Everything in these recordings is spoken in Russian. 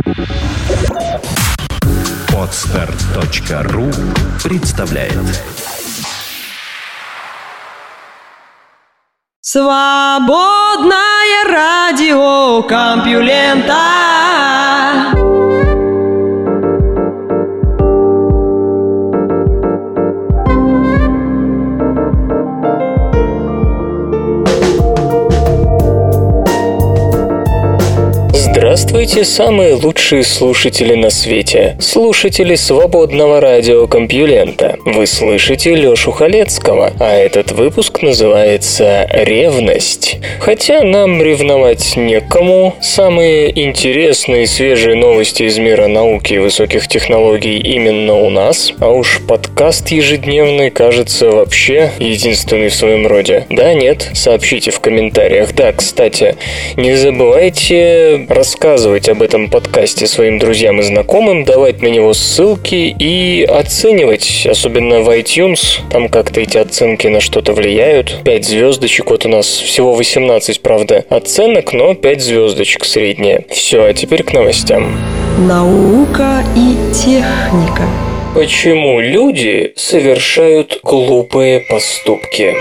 Podster.ru представляет. Свободное радио Компьюлента. Здравствуйте, самые лучшие слушатели на свете. Слушатели свободного радио Компьюлента. Вы слышите Лёшу Халецкого, а этот выпуск называется «Ревность». Хотя нам ревновать некому. Самые интересные и свежие новости из мира науки и высоких технологий именно у нас. А уж подкаст ежедневный, кажется, вообще единственный в своем роде. Да, нет? Сообщите в комментариях. Да, кстати, не забывайте рассказывать об этом подкасте своим друзьям и знакомым, давать на него ссылки и оценивать, особенно в iTunes. Там как-то эти оценки на что-то влияют. 5 звездочек, вот у нас всего 18, правда, оценок, но 5 звездочек средняя. Все, а теперь к новостям. Наука и техника. Почему люди совершают глупые поступки?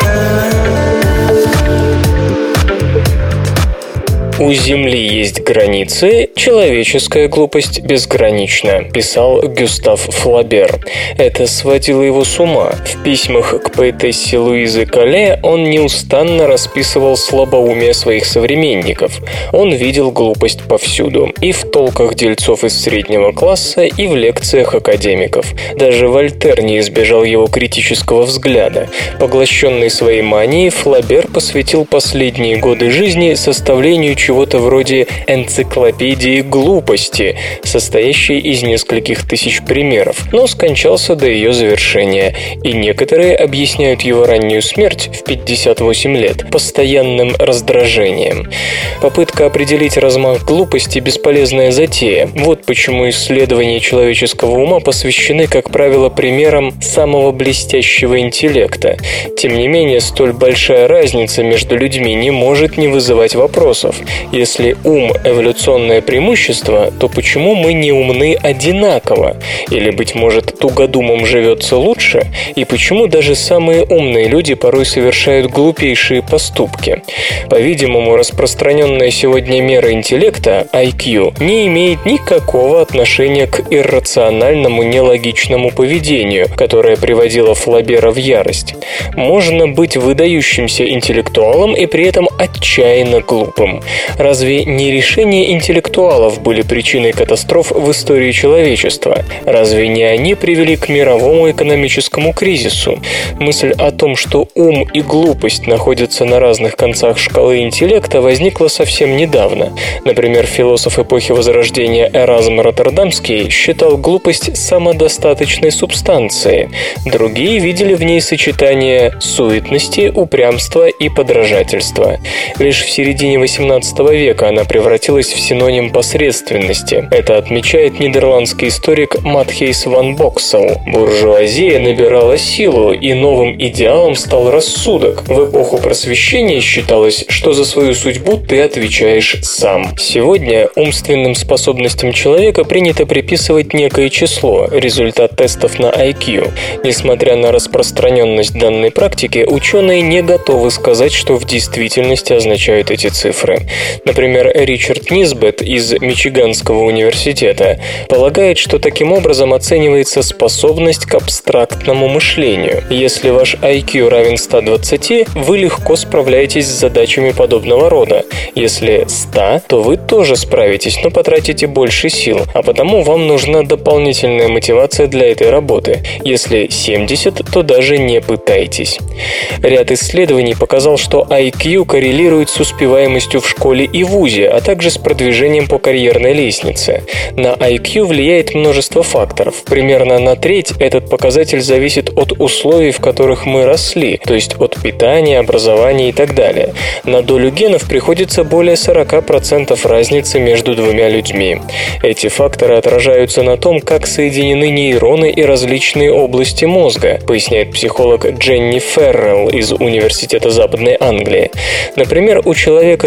У Земли есть границы, человеческая глупость безгранична, писал Гюстав Флабер. Это сводило его с ума. В письмах к поэтессе Луизе Калле он неустанно расписывал слабоумие своих современников. Он видел глупость повсюду, и в толках дельцов из среднего класса, и в лекциях академиков. Даже Вольтер не избежал его критического взгляда. Поглощенный своей манией, Флабер посвятил последние годы жизни составлению чего-то вроде энциклопедии глупости, состоящей из нескольких тысяч примеров, но скончался до ее завершения, и некоторые объясняют его раннюю смерть в 58 лет постоянным раздражением. Попытка определить размах глупости – бесполезная затея. Вот почему исследования человеческого ума посвящены, как правило, примерам самого блестящего интеллекта. Тем не менее, столь большая разница между людьми не может не вызывать вопросов. Если ум – эволюционное преимущество, то почему мы не умны одинаково? Или, быть может, тугодумам живется лучше? И почему даже самые умные люди порой совершают глупейшие поступки? По-видимому, распространенная сегодня мера интеллекта, IQ, не имеет никакого отношения к иррациональному, нелогичному поведению, которое приводило Флабера в ярость. Можно быть выдающимся интеллектуалом и при этом отчаянно глупым. Разве не решения интеллектуалов были причиной катастроф в истории человечества? Разве не они привели к мировому экономическому кризису? Мысль о том, что ум и глупость находятся на разных концах шкалы интеллекта, возникла совсем недавно. Например, философ эпохи Возрождения Эразм Роттердамский считал глупость самодостаточной субстанцией. Другие видели в ней сочетание суетности, упрямства и подражательства. Лишь в середине XVIII века она превратилась в синоним посредственности. Это отмечает нидерландский историк Матхейс ван Боксел. Буржуазия набирала силу, и новым идеалом стал рассудок. В эпоху Просвещения считалось, что за свою судьбу ты отвечаешь сам. Сегодня умственным способностям человека принято приписывать некое число, результат тестов на IQ. Несмотря на распространенность данной практики, ученые не готовы сказать, что в действительности означают эти цифры. Например, Ричард Нисбет из Мичиганского университета полагает, что таким образом оценивается способность к абстрактному мышлению. Если ваш IQ равен 120, вы легко справляетесь с задачами подобного рода. Если 100, то вы тоже справитесь, но потратите больше сил, а потому вам нужна дополнительная мотивация для этой работы. Если 70, то даже не пытайтесь. Ряд исследований показал, что IQ коррелирует с успеваемостью в школе и вузе, а также с продвижением по карьерной лестнице. На IQ влияет множество факторов. Примерно на треть этот показатель зависит от условий, в которых мы росли, то есть от питания, образования и так далее. На долю генов приходится более 40% разницы между двумя людьми. Эти факторы отражаются на том, как соединены нейроны и различные области мозга, поясняет психолог Дженни Феррелл из Университета Западной Англии. Например, у человека с высоким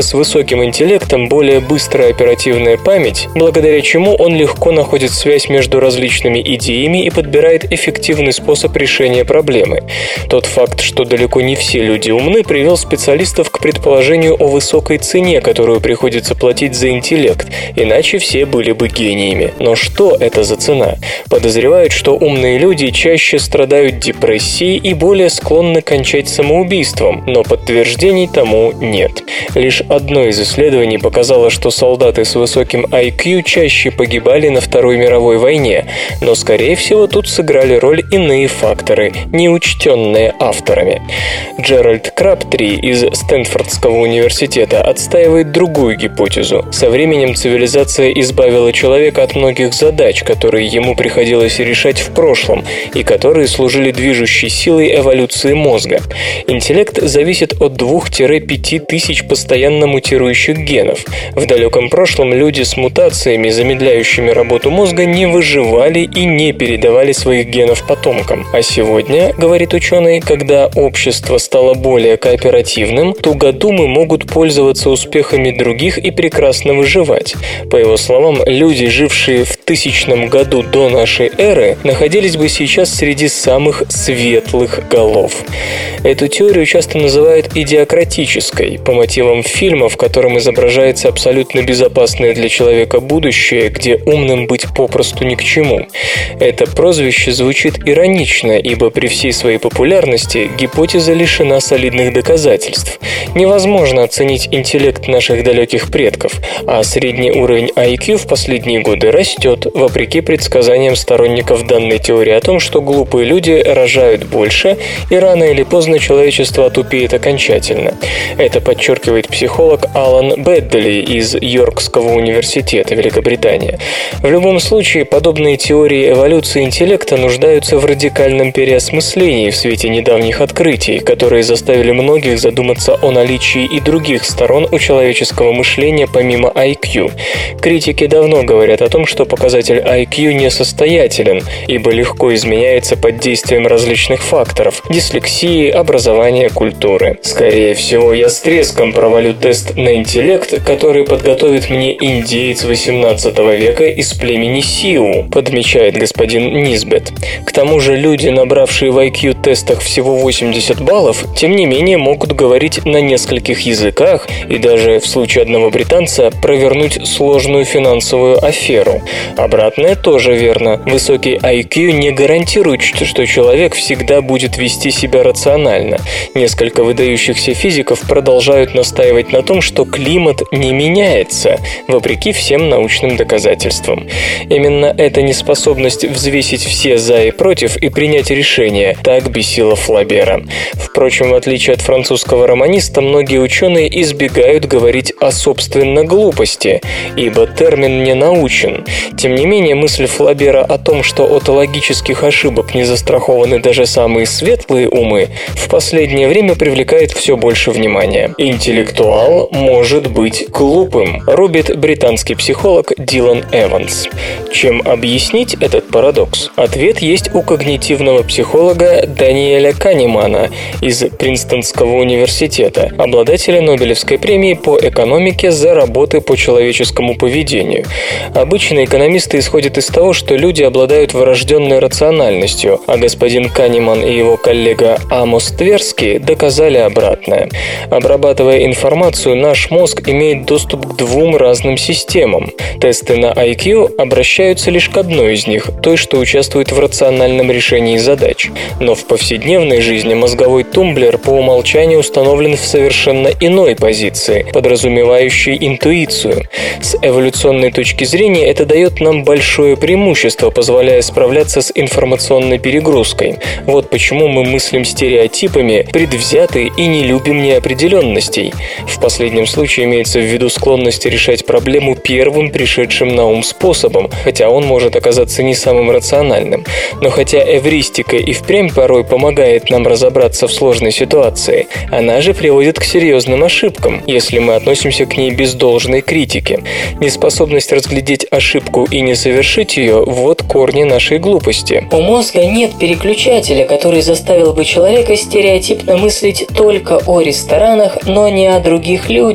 высоким интеллектом более быстрая оперативная память, благодаря чему он легко находит связь между различными идеями и подбирает эффективный способ решения проблемы. Тот факт, что далеко не все люди умны, привел специалистов к предположению о высокой цене, которую приходится платить за интеллект, иначе все были бы гениями. Но что это за цена? Подозревают, что умные люди чаще страдают депрессией и более склонны кончать самоубийством, но подтверждений тому нет. Лишь одно из исследований показало, что солдаты с высоким IQ чаще погибали на Второй мировой войне, но, скорее всего, тут сыграли роль иные факторы, неучтенные авторами. Джеральд Краптри из Стэнфордского университета отстаивает другую гипотезу. Со временем цивилизация избавила человека от многих задач, которые ему приходилось решать в прошлом и которые служили движущей силой эволюции мозга. Интеллект зависит от 2-5 тысяч постоянно мутирующих генов. В далеком прошлом люди с мутациями, замедляющими работу мозга, не выживали и не передавали своих генов потомкам. А сегодня, говорит ученый, когда общество стало более кооперативным, тугодумы могут пользоваться успехами других и прекрасно выживать. По его словам, люди, жившие в 1000 году до нашей эры, находились бы сейчас среди самых светлых голов. Эту теорию часто называют идиократической, по мотивам фильма, в котором изображается абсолютно безопасное для человека будущее, где умным быть попросту ни к чему. Это прозвище звучит иронично, ибо при всей своей популярности гипотеза лишена солидных доказательств. Невозможно оценить интеллект наших далеких предков, а средний уровень IQ в последние годы растет, вопреки предсказаниям сторонников данной теории о том, что глупые люди рожают больше, и рано или поздно человечество отупеет окончательно. Это подчеркивает психолог Алан Бэддли из Йоркского университета, Великобритания. В любом случае, подобные теории эволюции интеллекта нуждаются в радикальном переосмыслении в свете недавних открытий, которые заставили многих задуматься о наличии и других сторон у человеческого мышления помимо IQ. Критики давно говорят о том, что показатель IQ несостоятелен, ибо легко изменяется под действием различных факторов – дислексии, образования, культуры. Скорее всего, я с треском провалю тест на интеллект, который подготовит мне индеец XVIII века из племени Сиу, подмечает господин Нисбет. К тому же люди, набравшие в IQ-тестах всего 80 баллов, тем не менее могут говорить на нескольких языках и даже, в случае одного британца, провернуть сложную финансовую аферу. Обратное тоже верно. Высокий IQ не гарантирует, что человек всегда будет вести себя рационально. Несколько выдающихся физиков продолжают настаивать на том, что климат не меняется, вопреки всем научным доказательствам. Именно эта неспособность взвесить все «за» и «против» и принять решение так бесила Флабера. Впрочем, в отличие от французского романиста, многие ученые избегают говорить о собственной глупости, ибо термин не научен. Тем не менее, мысль Флабера о том, что от логических ошибок не застрахованы даже самые светлые умы, в последнее время привлекает все больше внимания. Интеллектуал может быть глупым, рубит британский психолог Дилан Эванс. Чем объяснить этот парадокс? Ответ есть у когнитивного психолога Даниэля Канемана из Принстонского университета, обладателя Нобелевской премии по экономике за работы по человеческому поведению. Обычно экономисты исходят из того, что люди обладают врожденной рациональностью, а господин Канеман и его коллега Амос Тверски доказали обратное. Обрабатывая информацию, наш мозг имеет доступ к двум разным системам. Тесты на IQ обращаются лишь к одной из них, той, что участвует в рациональном решении задач. Но в повседневной жизни мозговой тумблер по умолчанию установлен в совершенно иной позиции, подразумевающей интуицию. С эволюционной точки зрения это дает нам большое преимущество, позволяя справляться с информационной перегрузкой. Вот почему мы мыслим стереотипами, предвзяты и не любим неопределенностей. В последнем случае имеется в виду склонность решать проблему первым пришедшим на ум способом, хотя он может оказаться не самым рациональным. Но хотя эвристика и впрямь порой помогает нам разобраться в сложной ситуации, она же приводит к серьезным ошибкам, если мы относимся к ней без должной критики. Неспособность разглядеть ошибку и не совершить ее – вот корни нашей глупости. У мозга нет переключателя, который заставил бы человека стереотипно мыслить только о ресторанах, но не о других людях,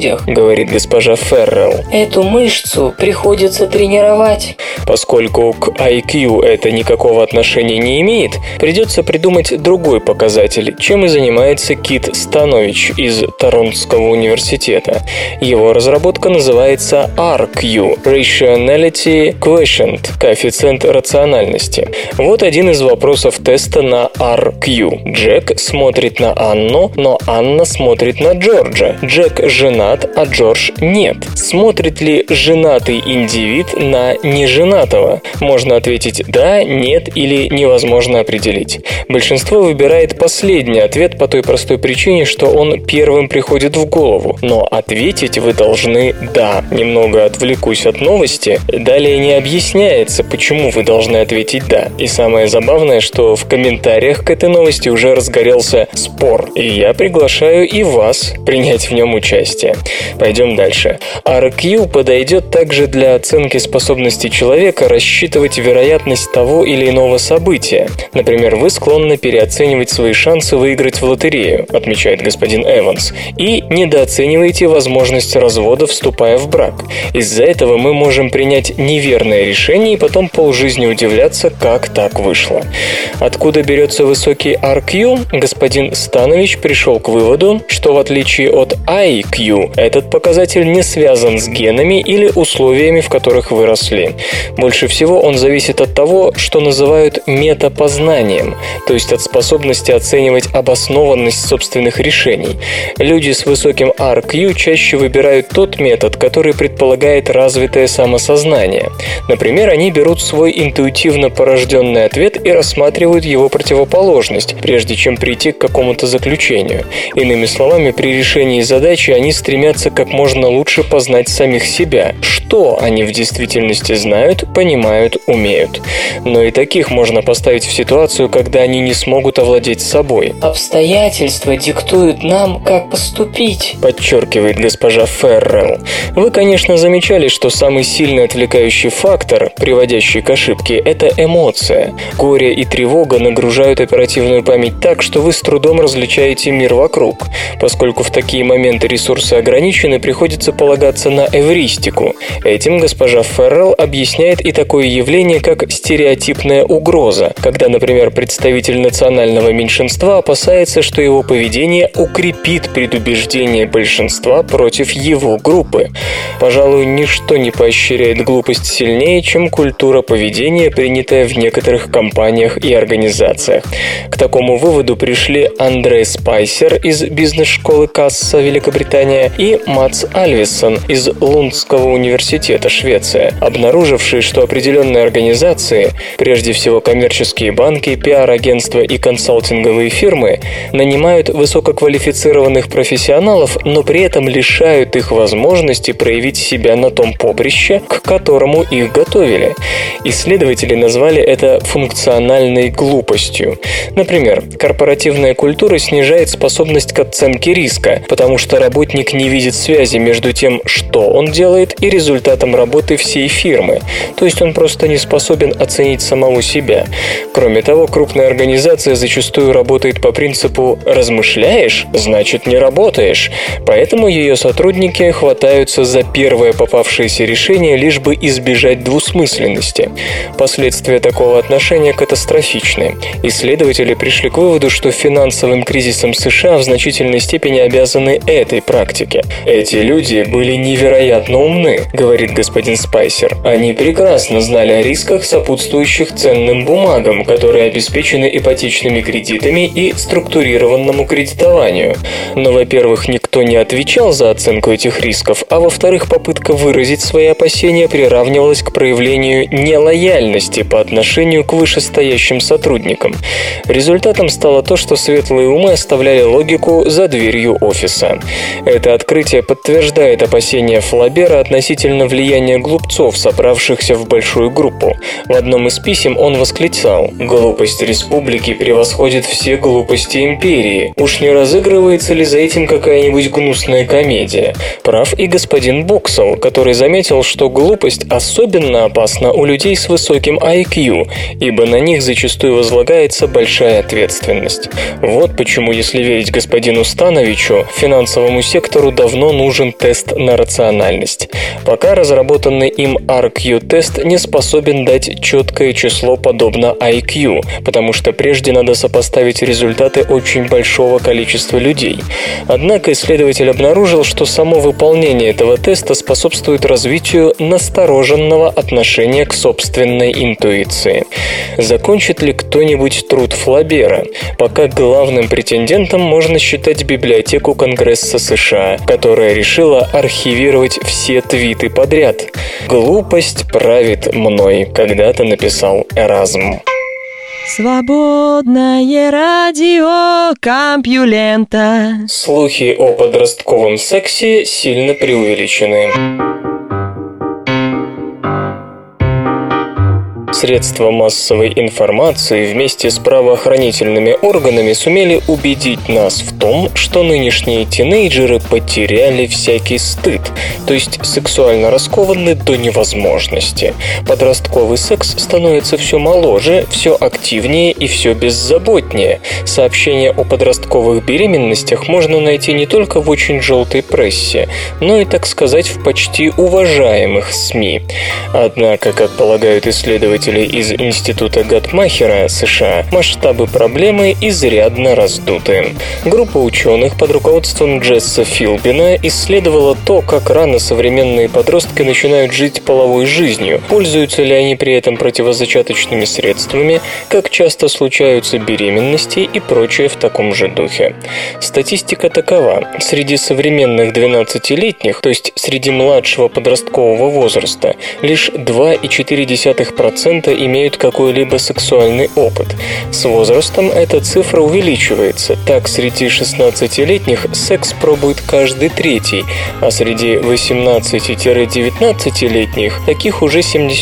людях, говорит госпожа Феррелл. Эту мышцу приходится тренировать. Поскольку к IQ это никакого отношения не имеет, придется придумать другой показатель, чем и занимается Кит Станович из Торонтского университета. Его разработка называется RQ – Rationality Quotient – коэффициент рациональности. Вот один из вопросов теста на RQ. Джек смотрит на Анну, но Анна смотрит на Джорджа. Джек женат, а Джордж нет. Смотрит ли женатый индивид на неженатого? Можно ответить «да», «нет» или «невозможно определить». Большинство выбирает последний ответ по той простой причине, что он первым приходит в голову. Но ответить вы должны «да». Немного отвлекусь от новости. Далее не объясняется, почему вы должны ответить «да». И самое забавное, что в комментариях к этой новости уже разгорелся спор. И я приглашаю и вас принять в нем участие. Пойдем дальше. RQ подойдет также для оценки способности человека рассчитывать вероятность того или иного события. Например, вы склонны переоценивать свои шансы выиграть в лотерею, отмечает господин Эванс, и недооцениваете возможность развода, вступая в брак. Из-за этого мы можем принять неверное решение и потом полжизни удивляться, как так вышло. Откуда берется высокий RQ? Господин Станович пришел к выводу, что в отличие от IQ, этот показатель не связан с генами или условиями, в которых вы росли. Больше всего он зависит от того, что называют метапознанием, то есть от способности оценивать обоснованность собственных решений. Люди с высоким RQ чаще выбирают тот метод, который предполагает развитое самосознание. Например, они берут свой интуитивно порожденный ответ и рассматривают его противоположность, прежде чем прийти к какому-то заключению. Иными словами, при решении задачи они стремятся как можно лучше познать самих себя, что они в действительности знают, понимают, умеют. Но и таких можно поставить в ситуацию, когда они не смогут овладеть собой. Обстоятельства диктуют нам, как поступить, подчеркивает госпожа Феррелл. Вы, конечно, замечали, что самый сильный отвлекающий фактор, приводящий к ошибке, это эмоция. Горе и тревога нагружают оперативную память так, что вы с трудом различаете мир вокруг. Поскольку в такие моменты ресурсы ограничены, приходится полагаться на эвристику. Этим госпожа Феррелл объясняет и такое явление, как стереотипная угроза, когда, например, представитель национального меньшинства опасается, что его поведение укрепит предубеждение большинства против его группы. Пожалуй, ничто не поощряет глупость сильнее, чем культура поведения, принятая в некоторых компаниях и организациях. К такому выводу пришли Андре Спайсер из бизнес-школы Касса, Великобритания, и Мац Альвессон из Лундского университета, Швеция, обнаружившие, что определенные организации, прежде всего коммерческие банки, пиар-агентства и консалтинговые фирмы, нанимают высококвалифицированных профессионалов, но при этом лишают их возможности проявить себя на том поприще, к которому их готовили. Исследователи назвали это функциональной глупостью. Например, корпоративная культура снижает способность к оценке риска, потому что работник не видит связи между тем, что он делает, и результатом работы всей фирмы. То есть он просто не способен оценить самого себя. Кроме того, крупная организация зачастую работает по принципу «размышляешь, значит не работаешь». Поэтому ее сотрудники хватаются за первое попавшееся решение, лишь бы избежать двусмысленности. Последствия такого отношения катастрофичны. Исследователи пришли к выводу, что финансовым кризисом США в значительной степени обязаны этой практике. Эти люди были невероятно умны, говорит господин Спайсер. Они прекрасно знали о рисках, сопутствующих ценным бумагам, которые обеспечены ипотечными кредитами и структурированному кредитованию. Но, во-первых, никто не отвечал за оценку этих рисков, а во-вторых, попытка выразить свои опасения приравнивалась к проявлению нелояльности по отношению к вышестоящим сотрудникам. Результатом стало то, что светлые умы оставляли логику за дверью офиса. Это открытие подтверждает опасения Флабера относительно влияния глупцов, собравших слившихся в большую группу. В одном из писем он восклицал: «Глупость республики превосходит все глупости империи. Уж не разыгрывается ли за этим какая-нибудь гнусная комедия?» Прав и господин Боксел, который заметил, что глупость особенно опасна у людей с высоким IQ, ибо на них зачастую возлагается большая ответственность. Вот почему, если верить господину Становичу, финансовому сектору давно нужен тест на рациональность. Пока разработанный им RQ-тест не способен дать четкое число подобно IQ, потому что прежде надо сопоставить результаты очень большого количества людей. Однако исследователь обнаружил, что само выполнение этого теста способствует развитию настороженного отношения к собственной интуиции. Закончит ли кто-нибудь труд Флабера? Пока главным претендентом можно считать библиотеку Конгресса США, которая решила архивировать все твиты подряд. «Глупость правит мной», когда-то написал Эразм. Свободное радио Компьюлента. Слухи о подростковом сексе сильно преувеличены. Средства массовой информации вместе с правоохранительными органами сумели убедить нас в том, что нынешние тинейджеры потеряли всякий стыд, то есть сексуально раскованы до невозможности. Подростковый секс становится все моложе, все активнее и все беззаботнее. Сообщения о подростковых беременностях можно найти не только в очень желтой прессе, но и, так сказать, в почти уважаемых СМИ. Однако, как полагают исследователи из Института Гаттмахера, США, масштабы проблемы изрядно раздуты. Группа ученых под руководством Джесса Филбина исследовала то, как рано современные подростки начинают жить половой жизнью, пользуются ли они при этом противозачаточными средствами, как часто случаются беременности и прочее в таком же духе. Статистика такова. Среди современных 12-летних, то есть среди младшего подросткового возраста, лишь 2,4% имеют какой-либо сексуальный опыт. С возрастом эта цифра увеличивается. Так, среди 16-летних секс пробует каждый третий, а среди 18-19-летних таких уже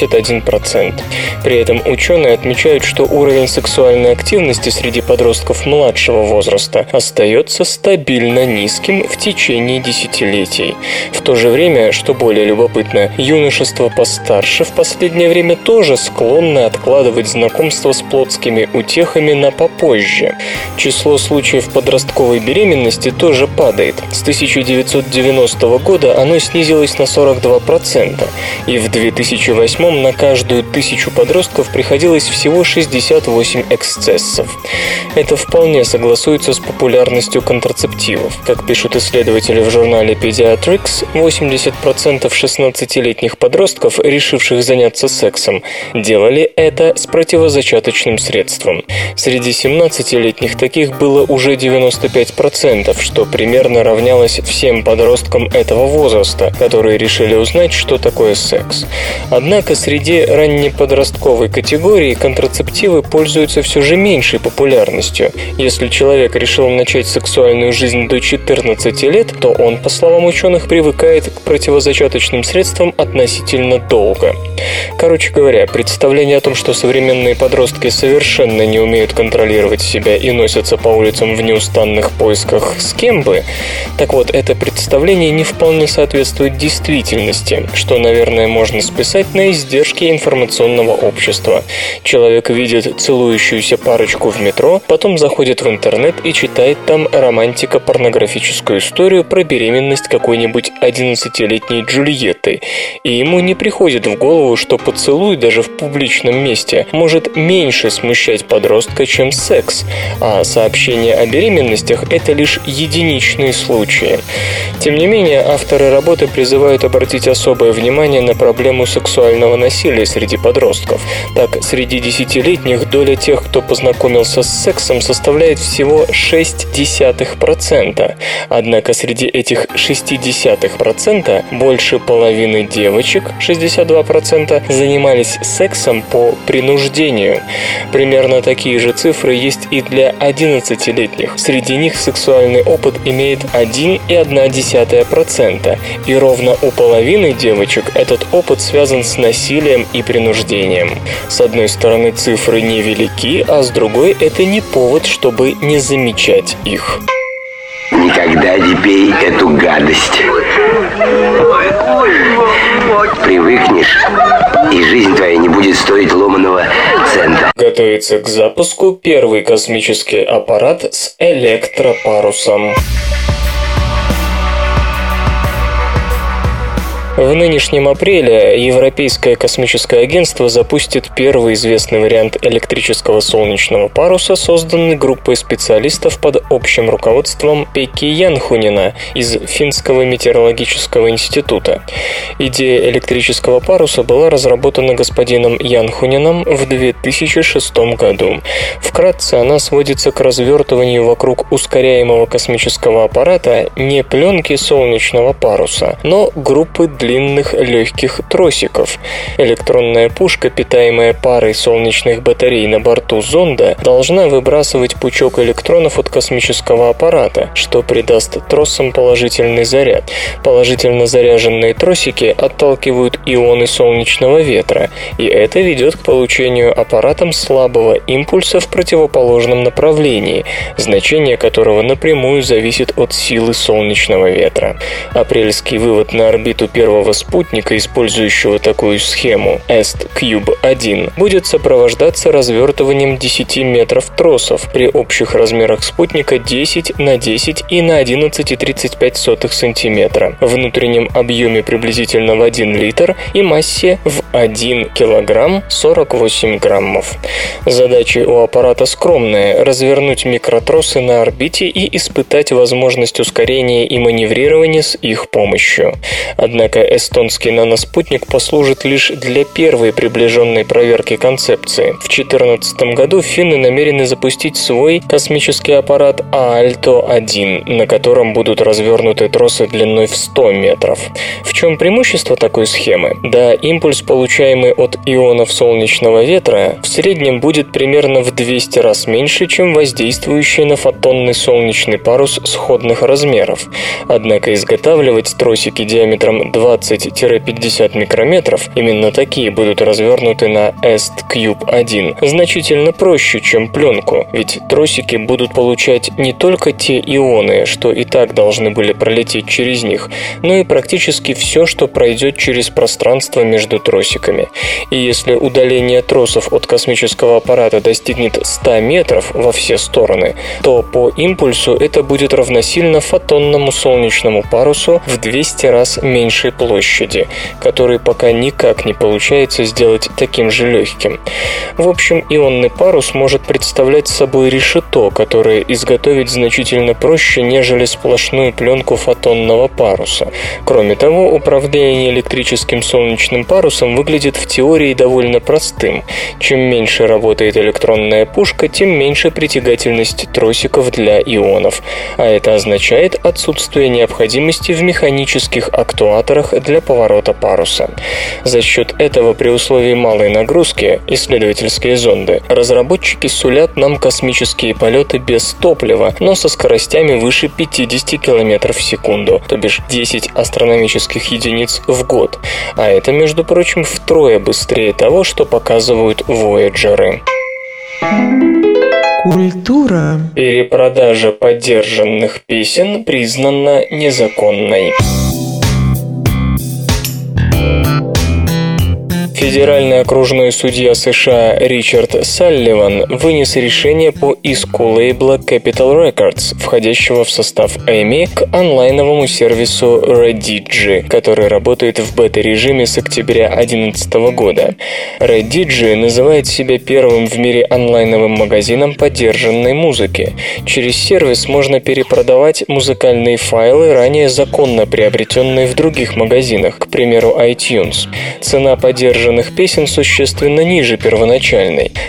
71%. При этом ученые отмечают, что уровень сексуальной активности среди подростков младшего возраста остается стабильно низким в течение десятилетий. В то же время, что более любопытно, юношество постарше в последнее время тоже склонны откладывать знакомство с плотскими утехами на попозже. Число случаев подростковой беременности тоже падает. С 1990 года оно снизилось на 42%, и в 2008 на каждую 1000 подростков приходилось всего 68 эксцессов. Это вполне согласуется с популярностью контрацептивов. Как пишут исследователи в журнале Pediatrics, 80% 16-летних подростков, решивших заняться сексом, делали это с противозачаточным средством. Среди 17-летних таких было уже 95%, что примерно равнялось всем подросткам этого возраста, которые решили узнать, что такое секс. Однако среди раннеподростковой категории контрацептивы пользуются все же меньшей популярностью. Если человек решил начать сексуальную жизнь до 14 лет, то он, по словам ученых, привыкает к противозачаточным средствам относительно долго. Короче говоря, представление о том, что современные подростки совершенно не умеют контролировать себя и носятся по улицам в неустанных поисках с кем бы, так вот, это представление не вполне соответствует действительности, что, наверное, можно списать на издержки информационного общества. Человек видит целующуюся парочку в метро, потом заходит в интернет и читает там романтико-порнографическую историю про беременность какой-нибудь 11-летней Джульетты, и ему не приходит в голову, что поцелуй даже в публичном месте может меньше смущать подростка, чем секс, а сообщения о беременностях – это лишь единичные случаи. Тем не менее, авторы работы призывают обратить особое внимание на проблему сексуального насилия среди подростков. Так, среди 10-летних доля тех, кто познакомился с сексом, составляет всего 0,6%. Однако среди этих 0,6% больше половины девочек, 62%, занимались сексом сексом по принуждению. Примерно такие же цифры есть и для 11-летних. Среди них сексуальный опыт имеет 1,1%, и ровно у половины девочек этот опыт связан с насилием и принуждением. С одной стороны, цифры невелики, а с другой, это не повод, чтобы не замечать их. Никогда не пей эту гадость. Привыкнешь, и жизнь твоя не будет стоить ломаного цента. Готовится к запуску первый космический аппарат с электропарусом. В нынешнем апреле Европейское космическое агентство запустит первый известный вариант электрического солнечного паруса, созданный группой специалистов под общим руководством Пекки Янхунина из Финского метеорологического института. Идея электрического паруса была разработана господином Янхунином в 2006 году. Вкратце она сводится к развертыванию вокруг ускоряемого космического аппарата не пленки солнечного паруса, но группы длинных легких тросиков. Электронная пушка, питаемая парой солнечных батарей на борту зонда, должна выбрасывать пучок электронов от космического аппарата, что придаст тросам положительный заряд. Положительно заряженные тросики отталкивают ионы солнечного ветра, и это ведет к получению аппаратом слабого импульса в противоположном направлении, значение которого напрямую зависит от силы солнечного ветра. Апрельский вывод на орбиту первого спутника, использующего такую схему EastCube-1, будет сопровождаться развертыванием 10 метров тросов при общих размерах спутника 10 на 10 и на 11,35 см, внутреннем объеме приблизительно в 1 литр и массе в 1 килограмм 48 граммов. Задача у аппарата скромная – развернуть микротросы на орбите и испытать возможность ускорения и маневрирования с их помощью. Однако эстонский наноспутник послужит лишь для первой приближенной проверки концепции. В 2014 году финны намерены запустить свой космический аппарат Aalto-1, на котором будут развернуты тросы длиной в 100 метров. В чем преимущество такой схемы? Да, импульс, получаемый от ионов солнечного ветра, в среднем будет примерно в 200 раз меньше, чем воздействующий на фотонный солнечный парус сходных размеров. Однако изготавливать тросики диаметром 20-50 микрометров, именно такие будут развернуты на EastCube-1, значительно проще, чем пленку, ведь тросики будут получать не только те ионы, что и так должны были пролететь через них, но и практически все, что пройдет через пространство между тросиками. И если удаление тросов от космического аппарата достигнет 100 метров во все стороны, то по импульсу это будет равносильно фотонному солнечному парусу в 200 раз меньшей площади, который пока никак не получается сделать таким же легким. В общем, ионный парус может представлять собой решето, которое изготовить значительно проще, нежели сплошную пленку фотонного паруса. Кроме того, управление электрическим солнечным парусом выглядит в теории довольно простым. Чем меньше работает электронная пушка, тем меньше притягательность тросиков для ионов, а это означает отсутствие необходимости в механических актуаторах для поворота паруса. За счет этого, при условии малой нагрузки, исследовательские зонды, разработчики сулят нам космические полеты без топлива, но со скоростями выше 50 км в секунду, то бишь 10 астрономических единиц в год. А это, между прочим, втрое быстрее того, что показывают Voyager'ы. Культура. Перепродажа поддержанных песен признана незаконной. Федеральный окружной судья США Ричард Салливан вынес решение по иску лейбла Capitol Records, входящего в состав EMI, к онлайновому сервису Redigi, который работает в бета-режиме с октября 2011 года. Redigi называет себя первым в мире онлайновым магазином поддержанной музыки. Через сервис можно перепродавать музыкальные файлы, ранее законно приобретенные в других магазинах, к примеру, iTunes. Цена поддержанных песен существенно ниже первоначальной.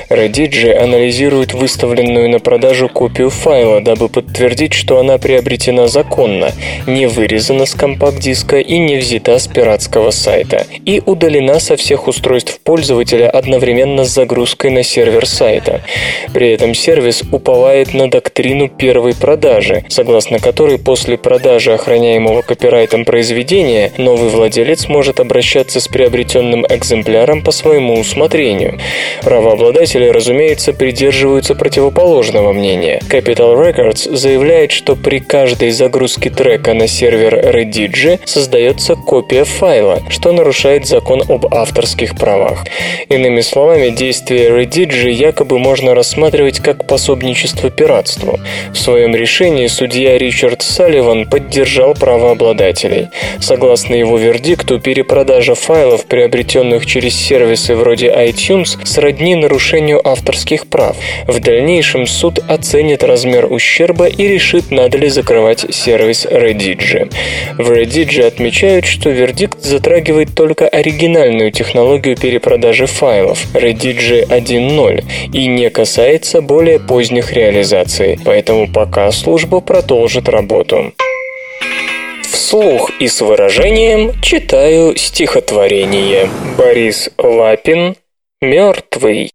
Redigi анализирует выставленную на продажу копию файла, дабы подтвердить, что она приобретена законно, не вырезана с компакт-диска и не взята с пиратского сайта, и удалена со всех устройств пользователя одновременно с загрузкой на сервер сайта. При этом сервис уповает на доктрину первой продажи, согласно которой после продажи охраняемого копирайтом произведения новый владелец может обращаться с приобретенным экземпляром по своему усмотрению. Правообладатели, разумеется, придерживаются противоположного мнения. Capital Records заявляет, что при каждой загрузке трека на сервер Redigi создается копия файла, что нарушает закон об авторских правах. Иными словами, действия Redigi якобы можно рассматривать как пособничество пиратству. В своем решении судья Ричард Салливан поддержал правообладателей. Согласно его вердикту, перепродажа файлов, приобретенных через сервисы вроде iTunes, сродни нарушению авторских прав. В дальнейшем суд оценит размер ущерба и решит, надо ли закрывать сервис Redigi. В Redigi отмечают, что вердикт затрагивает только оригинальную технологию перепродажи файлов Redigi 1.0 и не касается более поздних реализаций, поэтому пока служба продолжит работу. Вслух и с выражением читаю стихотворение. Борис Лапин «Мертвый».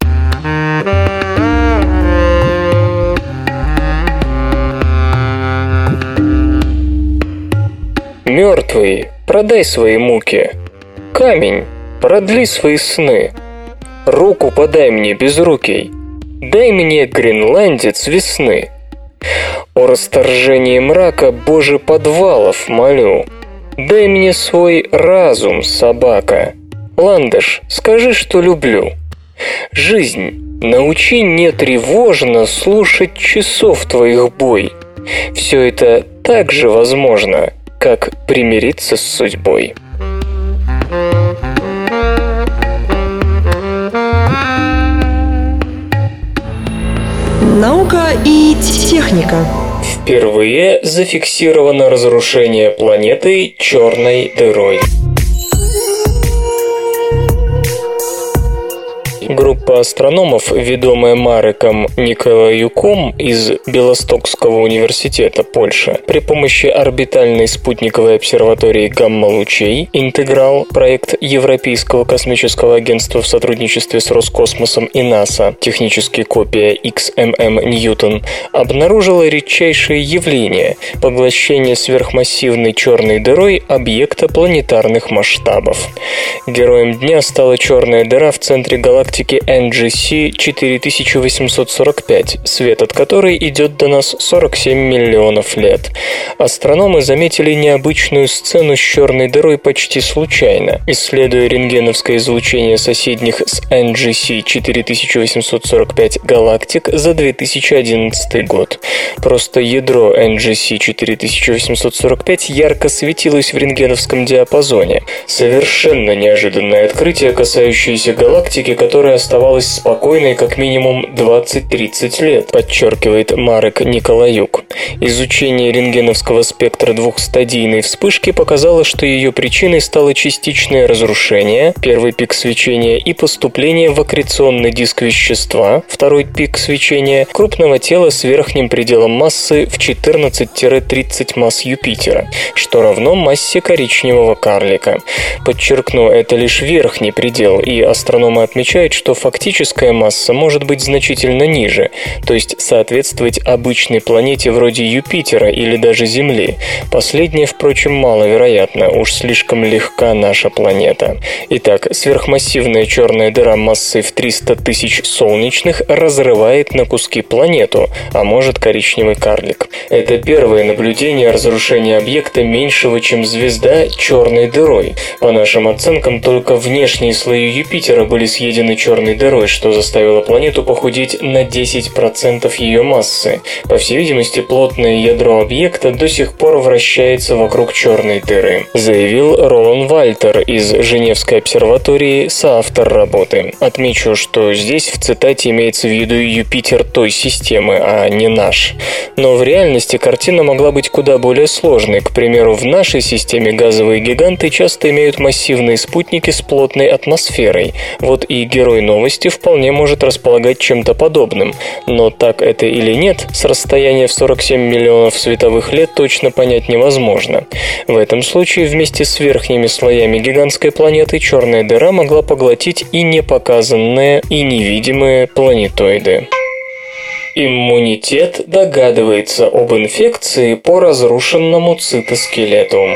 Мертвый, продай свои муки. Камень, продли свои сны. Руку подай мне безрукий. Дай мне, гренландец, весны. О расторжении мрака, Боже, подвалов молю. Дай мне свой разум, собака. Ландыш, скажи, что люблю. Жизнь, научи не тревожно слушать часов твоих бой. Все это так же возможно, как примириться с судьбой. Наука и техника. Впервые зафиксировано разрушение планеты черной дырой. Группа астрономов, ведомая Мареком Николаюком из Белостокского университета, Польша, при помощи орбитальной спутниковой обсерватории гамма-лучей «Интеграл», проект Европейского космического агентства в сотрудничестве с Роскосмосом и НАСА, технически копия XMM Ньютон, обнаружила редчайшее явление – поглощение сверхмассивной черной дырой объекта планетарных масштабов. Героем дня стала черная дыра в центре галактики NGC 4845, свет от которой идет до нас 47 миллионов лет. Астрономы заметили необычную сцену с черной дырой почти случайно, исследуя рентгеновское излучение соседних с NGC 4845 галактик за 2011 год. Просто ядро NGC 4845 ярко светилось в рентгеновском диапазоне. Совершенно неожиданное открытие, касающееся галактики, которая оставалась спокойной как минимум 20-30 лет, подчеркивает Марек Николаюк. Изучение рентгеновского спектра двухстадийной вспышки показало, что ее причиной стало частичное разрушение, первый пик свечения, и поступление в аккреционный диск вещества, второй пик свечения, крупного тела с верхним пределом массы в 14-30 масс Юпитера, что равно массе коричневого карлика. Подчеркну, это лишь верхний предел, и астрономы отмечают, что фактическая масса может быть значительно ниже, то есть соответствовать обычной планете вроде Юпитера или даже Земли. Последнее, впрочем, маловероятно, уж слишком легка наша планета. Итак, сверхмассивная черная дыра массой в 300 тысяч солнечных разрывает на куски планету, а может коричневый карлик. Это первое наблюдение разрушения объекта меньшего, чем звезда, черной дырой. По нашим оценкам, только внешние слои Юпитера были съедены черной дырой, что заставило планету похудеть на 10% ее массы. По всей видимости, плотное ядро объекта до сих пор вращается вокруг черной дыры, заявил Ролан Вальтер из Женевской обсерватории, соавтор работы. Отмечу, что здесь в цитате имеется в виду Юпитер той системы, а не наш. Но в реальности картина могла быть куда более сложной. К примеру, в нашей системе газовые гиганты часто имеют массивные спутники с плотной атмосферой. Вот и герой герой новости вполне может располагать чем-то подобным. Но так это или нет, с расстояния в 47 миллионов световых лет точно понять невозможно. В этом случае вместе с верхними слоями гигантской планеты черная дыра могла поглотить и непоказанные, и невидимые планетоиды. Иммунитет догадывается об инфекции по разрушенному цитоскелету.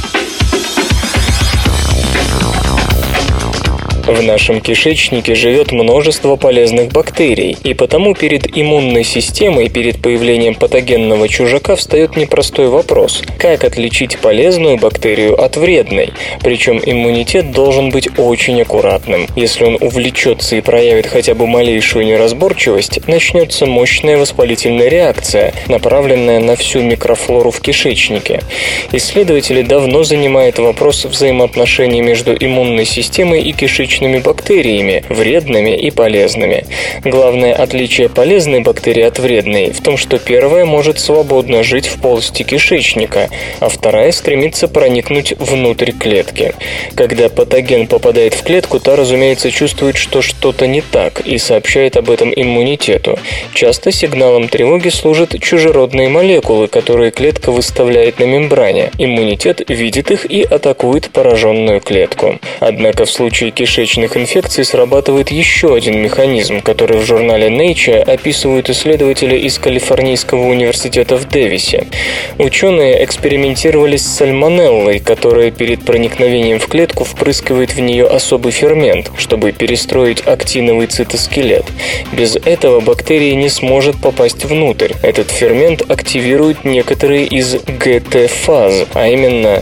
В нашем кишечнике живет множество полезных бактерий, и потому перед иммунной системой, перед появлением патогенного чужака встает непростой вопрос – как отличить полезную бактерию от вредной? Причем иммунитет должен быть очень аккуратным. Если он увлечется и проявит хотя бы малейшую неразборчивость, начнется мощная воспалительная реакция, направленная на всю микрофлору в кишечнике. Исследователи давно занимают вопрос взаимоотношений между иммунной системой и кишечником бактериями, вредными и полезными. Главное отличие полезной бактерии от вредной в том, что первая может свободно жить в полости кишечника, а вторая стремится проникнуть внутрь клетки. Когда патоген попадает в клетку, та, разумеется, чувствует, что что-то не так, и сообщает об этом иммунитету. Часто сигналом тревоги служат чужеродные молекулы, которые клетка выставляет на мембране. Иммунитет видит их и атакует пораженную клетку. Однако в случае кишечных инфекций срабатывает еще один механизм, который в журнале Nature описывают исследователи из Калифорнийского университета в Дэвисе. Ученые экспериментировали с сальмонеллой, которая перед проникновением в клетку впрыскивает в нее особый фермент, чтобы перестроить актиновый цитоскелет. Без этого бактерия не сможет попасть внутрь. Этот фермент активирует некоторые из ГТ-фаз, а именно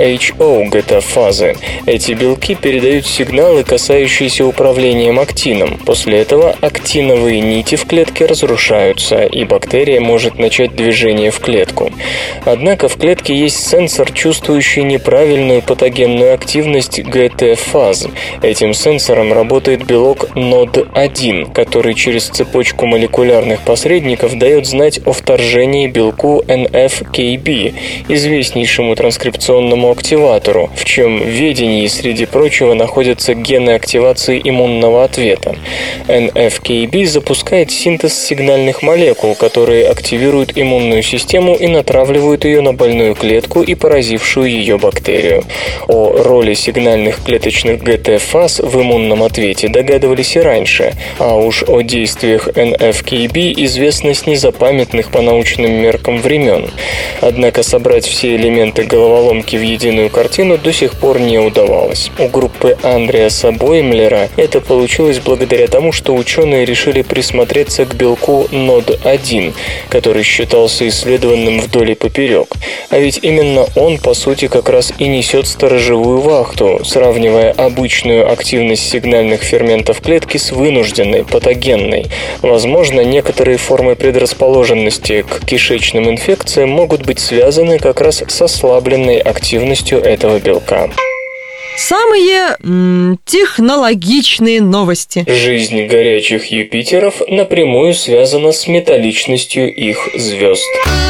RHO-ГТ-фазы. Эти белки передают сигналы, касающиеся управлением актином. После этого актиновые нити в клетке разрушаются, и бактерия может начать движение в клетку. Однако в клетке есть сенсор, чувствующий неправильную патогенную активность ГТ-фаз. Этим сенсором работает белок NOD1, который через цепочку молекулярных посредников дает знать о вторжении белку NF-kB, известнейшему транскрипционному активатору, в чьем ведении, среди прочего, находятся гены активации иммунного ответа. NF-kB запускает синтез сигнальных молекул, которые активируют иммунную систему и натравливают ее на больную клетку и поразившую ее бактерию. О роли сигнальных клеточных ГТ-фаз в иммунном ответе догадывались и раньше, а уж о действиях NF-kB известно с незапамятных по научным меркам времен. Однако собрать все элементы головоломки в единую картину до сих пор не удавалось. У группы Андреаса Боймлера это получилось благодаря тому, что ученые решили присмотреться к белку NOD1, который считался исследованным вдоль и поперек. А ведь именно он, по сути, как раз и несет сторожевую вахту, сравнивая обычную активность сигнальных ферментов клетки с вынужденной, патогенной. Возможно, некоторые формы предрасположенности к кишечным инфекциям могут быть связаны как раз с ослабленной активностью этого белка. Самые технологичные новости. Жизнь горячих Юпитеров напрямую связана с металличностью их звезд.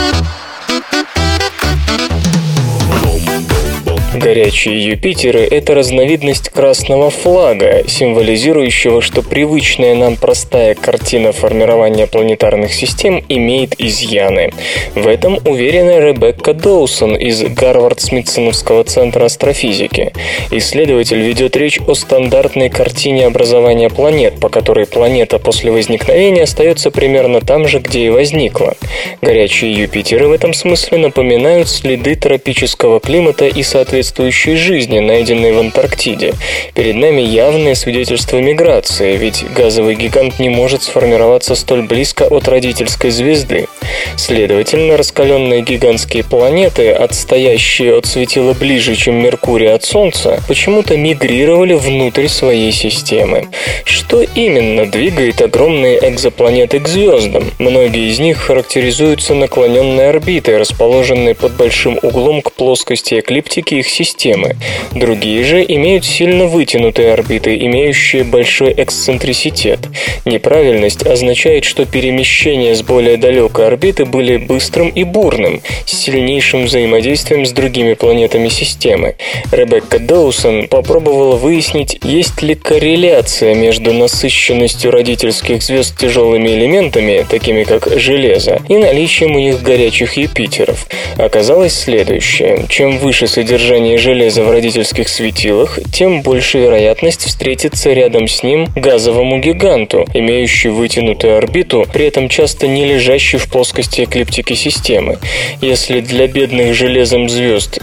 Горячие Юпитеры – это разновидность красного флага, символизирующего, что привычная нам простая картина формирования планетарных систем имеет изъяны. В этом уверена Ребекка Доусон из Гарвард-Смитсоновского центра астрофизики. Исследователь ведет речь о стандартной картине образования планет, по которой планета после возникновения остается примерно там же, где и возникла. Горячие Юпитеры в этом смысле напоминают следы тропического климата и соответствующей жизни, найденной в Антарктиде. Перед нами явное свидетельство миграции, ведь газовый гигант не может сформироваться столь близко от родительской звезды. Следовательно, раскаленные гигантские планеты, отстоящие от светила ближе, чем Меркурий от Солнца, почему-то мигрировали внутрь своей системы. Что именно двигает огромные экзопланеты к звездам? Многие из них характеризуются наклоненной орбитой, расположенной под большим углом к плоскости эклиптики их системы. системы. Другие же имеют сильно вытянутые орбиты, имеющие большой эксцентриситет. Неправильность означает, что перемещения с более далекой орбиты были быстрым и бурным, с сильнейшим взаимодействием с другими планетами системы. Ребекка Доусон попробовала выяснить, есть ли корреляция между насыщенностью родительских звезд тяжелыми элементами, такими как железо, и наличием у них горячих Юпитеров. Оказалось следующее. Чем выше содержание железа в родительских светилах, тем больше вероятность встретиться рядом с ним газовому гиганту, имеющий вытянутую орбиту, при этом часто не лежащий в плоскости эклиптики системы. Если для бедных железом звезд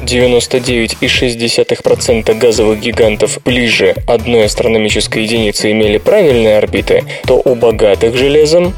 99,6% газовых гигантов ближе одной астрономической единицы имели правильные орбиты, то у богатых железом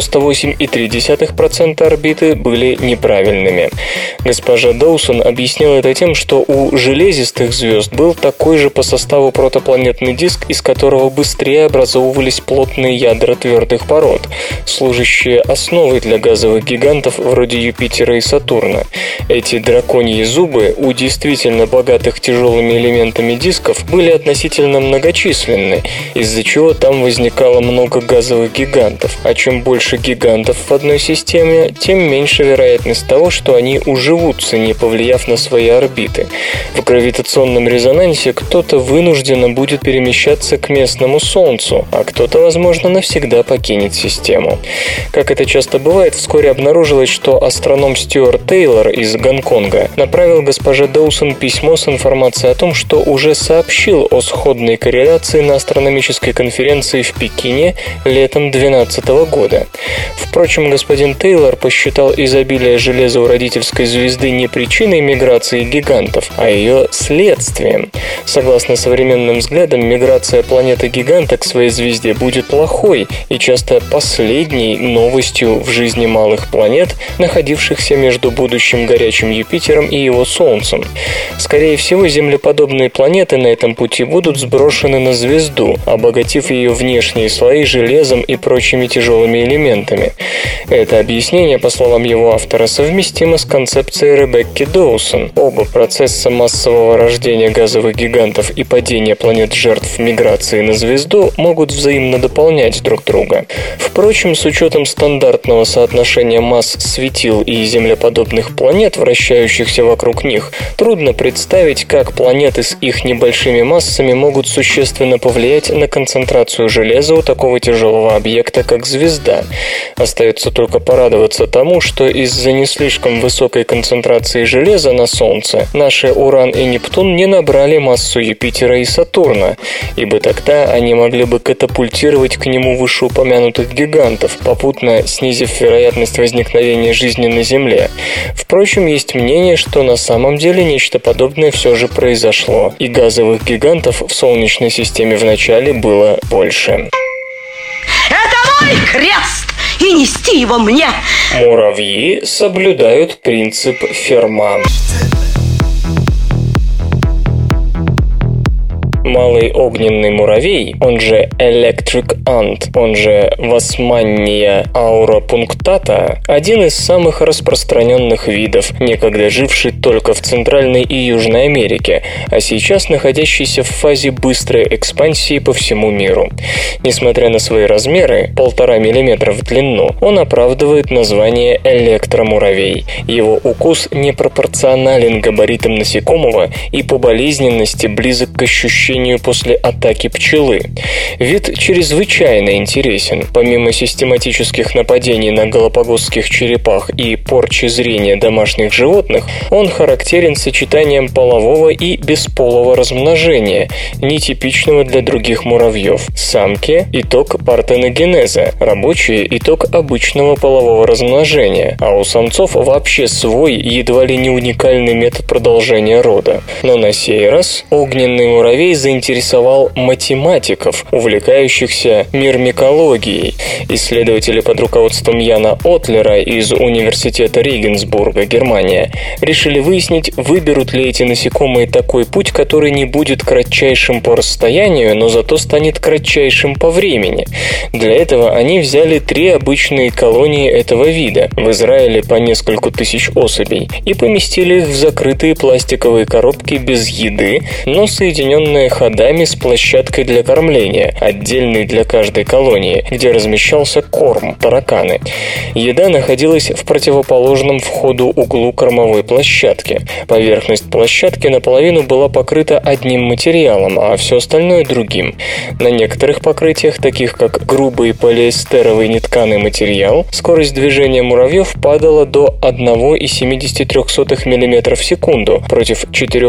98,3% орбиты были неправильными. Госпожа Доусон объяснила это тем, что у железистых звезд был такой же по составу протопланетный диск, из которого быстрее образовывались плотные ядра твердых пород, служащие основой для газовых гигантов вроде Юпитера и Сатурна. Эти драконьи зубы у действительно богатых тяжелыми элементами дисков были относительно многочисленны, из-за чего там возникало много газовых гигантов. А чем больше гигантов в одной системе, тем меньше вероятность того, что они уживутся, не повлияв на свои орбиты. В гравитационном резонансе кто-то вынужденно будет перемещаться к местному Солнцу, а кто-то, возможно, навсегда покинет систему. Как это часто бывает, вскоре обнаружилось, что астроном Стюарт Тейлор из Гонконга направил госпоже Доусон письмо с информацией о том, что уже сообщил о сходной корреляции на астрономической конференции в Пекине летом 2012 года. Впрочем, господин Тейлор посчитал изобилие железа у родительской звезды не причиной миграции гигантов, а ее следствием. Согласно современным взглядам, миграция планеты-гиганта к своей звезде будет плохой и часто последней новостью в жизни малых планет, находившихся между будущим горячим Юпитером и его Солнцем. Скорее всего, землеподобные планеты на этом пути будут сброшены на звезду, обогатив ее внешние слои железом и прочими тяжелыми элементами. Это объяснение, по словам его автора, совместимо с концепцией Ребекки Доусон. Оба процесса массового рождения газовых гигантов и падения планет-жертв миграции на звезду могут взаимно дополнять друг друга. Впрочем, с учетом стандартного соотношения масс светил и землеподобных планет, вращающихся вокруг них, трудно представить, как планеты с их небольшими массами могут существенно повлиять на концентрацию железа у такого тяжелого объекта, как звезда. Остается только порадоваться тому, что из-за не слишком высокой концентрации железа на Солнце наши Уран и Нептун не набрали массу Юпитера и Сатурна, ибо тогда они могли бы катапультировать к нему вышеупомянутых гигантов, попутно снизив вероятность возникновения жизни на Земле. Впрочем, есть мнение, что на самом деле нечто подобное все же произошло, и газовых гигантов в Солнечной системе вначале было больше. Это мой крест, и нести его мне! Муравьи соблюдают принцип Ферма. Малый огненный муравей, он же Electric Ant, он же Васманния auropуnctata, один из самых распространенных видов, некогда живший только в Центральной и Южной Америке, а сейчас находящийся в фазе быстрой экспансии по всему миру. Несмотря на свои размеры, 1,5 мм в длину, он оправдывает название электромуравей. Его укус непропорционален габаритам насекомого и по болезненности близок к ощущению после атаки пчелы. Вид чрезвычайно интересен. Помимо систематических нападений на галапагосских черепах и порчи зрения домашних животных, он характерен сочетанием полового и бесполого размножения, нетипичного для других муравьев. Самки – итог партеногенеза, рабочие – итог обычного полового размножения, а у самцов вообще свой, едва ли не уникальный метод продолжения рода. Но на сей раз огненный муравей заинтересовал математиков, увлекающихся мирмикологией. Исследователи под руководством Яна Отлера из университета Регенсбурга, Германия, решили выяснить, выберут ли эти насекомые такой путь, который не будет кратчайшим по расстоянию, но зато станет кратчайшим по времени. Для этого они взяли 3 обычные колонии этого вида, в Израиле по несколько тысяч особей, и поместили их в закрытые пластиковые коробки без еды, но соединенные ходами с площадкой для кормления, отдельной для каждой колонии, где размещался корм, тараканы. Еда находилась в противоположном входу углу кормовой площадки. Поверхность площадки наполовину была покрыта одним материалом, а все остальное другим. На некоторых покрытиях, таких как грубый полиэстеровый нетканый материал, скорость движения муравьев падала до 1,73 мм в секунду против